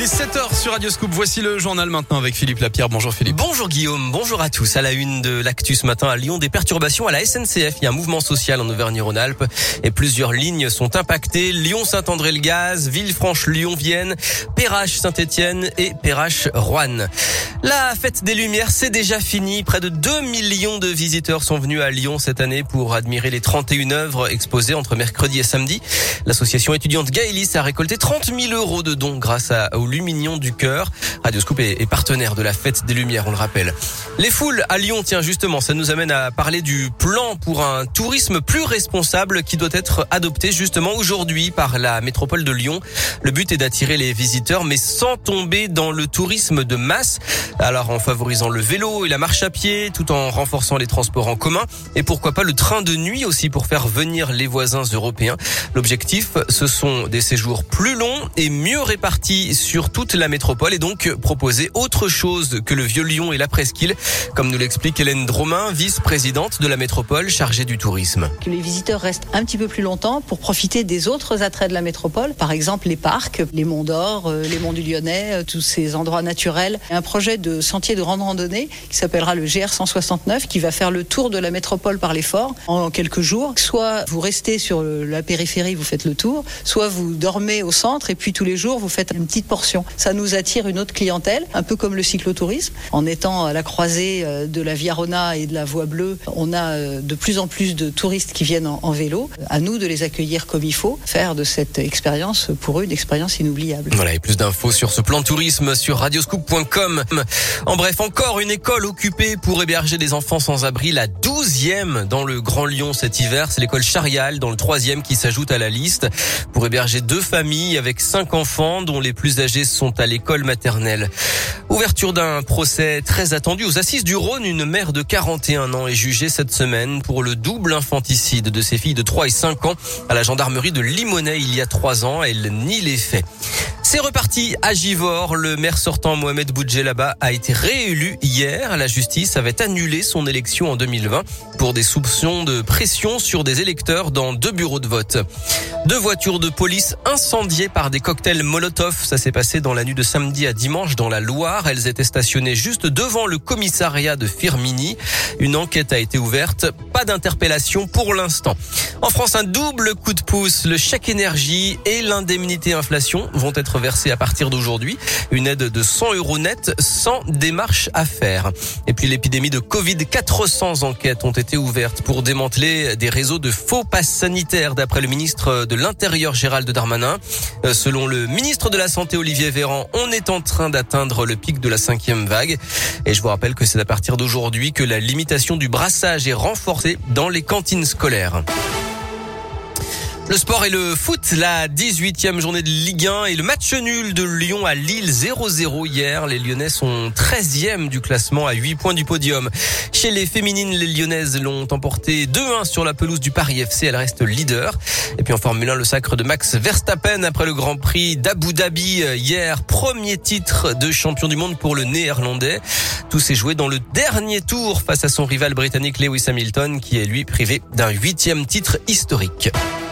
est 7h sur Radio Scoop. Voici le journal maintenant avec Philippe Lapierre. Bonjour Philippe. Bonjour Guillaume, bonjour à tous. À la une de l'actu ce matin à Lyon, des perturbations à la SNCF. Il y a un mouvement social en Auvergne-Rhône-Alpes et plusieurs lignes sont impactées. Lyon-Saint-André-le-Gaz, Villefranche-Lyon-Vienne, Perrache-Saint-Étienne et Perrache-Roanne. La fête des Lumières, c'est déjà fini. Près de 2 millions de visiteurs sont venus à Lyon cette année pour admirer les 31 œuvres exposées entre mercredi et samedi. L'association étudiante Gaëlis a récolté 30 000 € de dons grâce au Lumignon du Cœur. Radio Scoop est partenaire de la fête des Lumières, on le rappelle. Les foules à Lyon, tiens justement, ça nous amène à parler du plan pour un tourisme plus responsable qui doit être adopté justement aujourd'hui par la métropole de Lyon. Le but est d'attirer les visiteurs mais sans tomber dans le tourisme de masse. Alors en favorisant le vélo et la marche à pied tout en renforçant les transports en commun et pourquoi pas le train de nuit aussi pour faire venir les voisins européens. L'objectif, ce sont des séjours plus longs et mieux répartis sur toute la métropole et donc proposer autre chose que le vieux Lyon et la presqu'île, comme nous l'explique Hélène Dromain, vice-présidente de la métropole chargée du tourisme. Que les visiteurs restent un petit peu plus longtemps pour profiter des autres attraits de la métropole, par exemple les parcs, les monts d'Or, les monts du Lyonnais, tous ces endroits naturels. Un projet de sentier de grande randonnée qui s'appellera le GR 169 qui va faire le tour de la métropole par les forts en quelques jours. Soit vous restez sur la périphérie, vous faites le tour, soit vous dormez au centre et puis tous les jours vous faites une petite portion. Ça nous attire une autre clientèle, un peu comme le cyclotourisme. En étant à la croisée de la Via Rona et de la Voie Bleue, on a de plus en plus de touristes qui viennent en vélo. À nous de les accueillir comme il faut, faire de cette expérience pour eux une expérience inoubliable. Voilà, et plus d'infos sur ce plan tourisme sur radioscoop.com. En bref, encore une école occupée pour héberger des enfants sans abri, la 12e dans le Grand Lyon cet hiver. C'est l'école Charial dans le 3e qui s'ajoute à la liste pour héberger 2 familles avec 5 enfants dont les plus âgés sont à l'école maternelle. Ouverture d'un procès très attendu aux Assises du Rhône. Une mère de 41 ans est jugée cette semaine pour le double infanticide de ses filles de 3 et 5 ans à la gendarmerie de Limonest il y a 3 ans. Elle nie les faits. C'est reparti à Givors. Le maire sortant Mohamed Boudjelaba a été réélu hier. La justice avait annulé son élection en 2020 pour des soupçons de pression sur des électeurs dans 2 bureaux de vote. 2 voitures de police incendiées par des cocktails Molotov. Ça s'est passé dans la nuit de samedi à dimanche dans la Loire. Elles étaient stationnées juste devant le commissariat de Firminy. Une enquête a été ouverte. Pas d'interpellation pour l'instant. En France, un double coup de pouce. Le chèque énergie et l'indemnité inflation vont être versés à partir d'aujourd'hui. Une aide de 100 € net sans démarche à faire. Et puis l'épidémie de Covid, 400 enquêtes ont été ouvertes pour démanteler des réseaux de faux passes sanitaires d'après le ministre de l'Intérieur Gérald Darmanin. Selon le ministre de la Santé Olivier Véran, on est en train d'atteindre le pic de la 5e vague. Et je vous rappelle que c'est à partir d'aujourd'hui que la limitation du brassage est renforcée dans les cantines scolaires. Le sport et le foot, la 18e journée de Ligue 1 et le match nul de Lyon à Lille 0-0 hier. Les Lyonnais sont 13e du classement à 8 points du podium. Chez les féminines, les Lyonnaises l'ont emporté 2-1 sur la pelouse du Paris FC. Elle reste leader. Et puis en Formule 1, le sacre de Max Verstappen après le Grand Prix d'Abu Dhabi hier. Premier titre de champion du monde pour le Néerlandais. Tout s'est joué dans le dernier tour face à son rival britannique Lewis Hamilton qui est lui privé d'un 8e titre historique.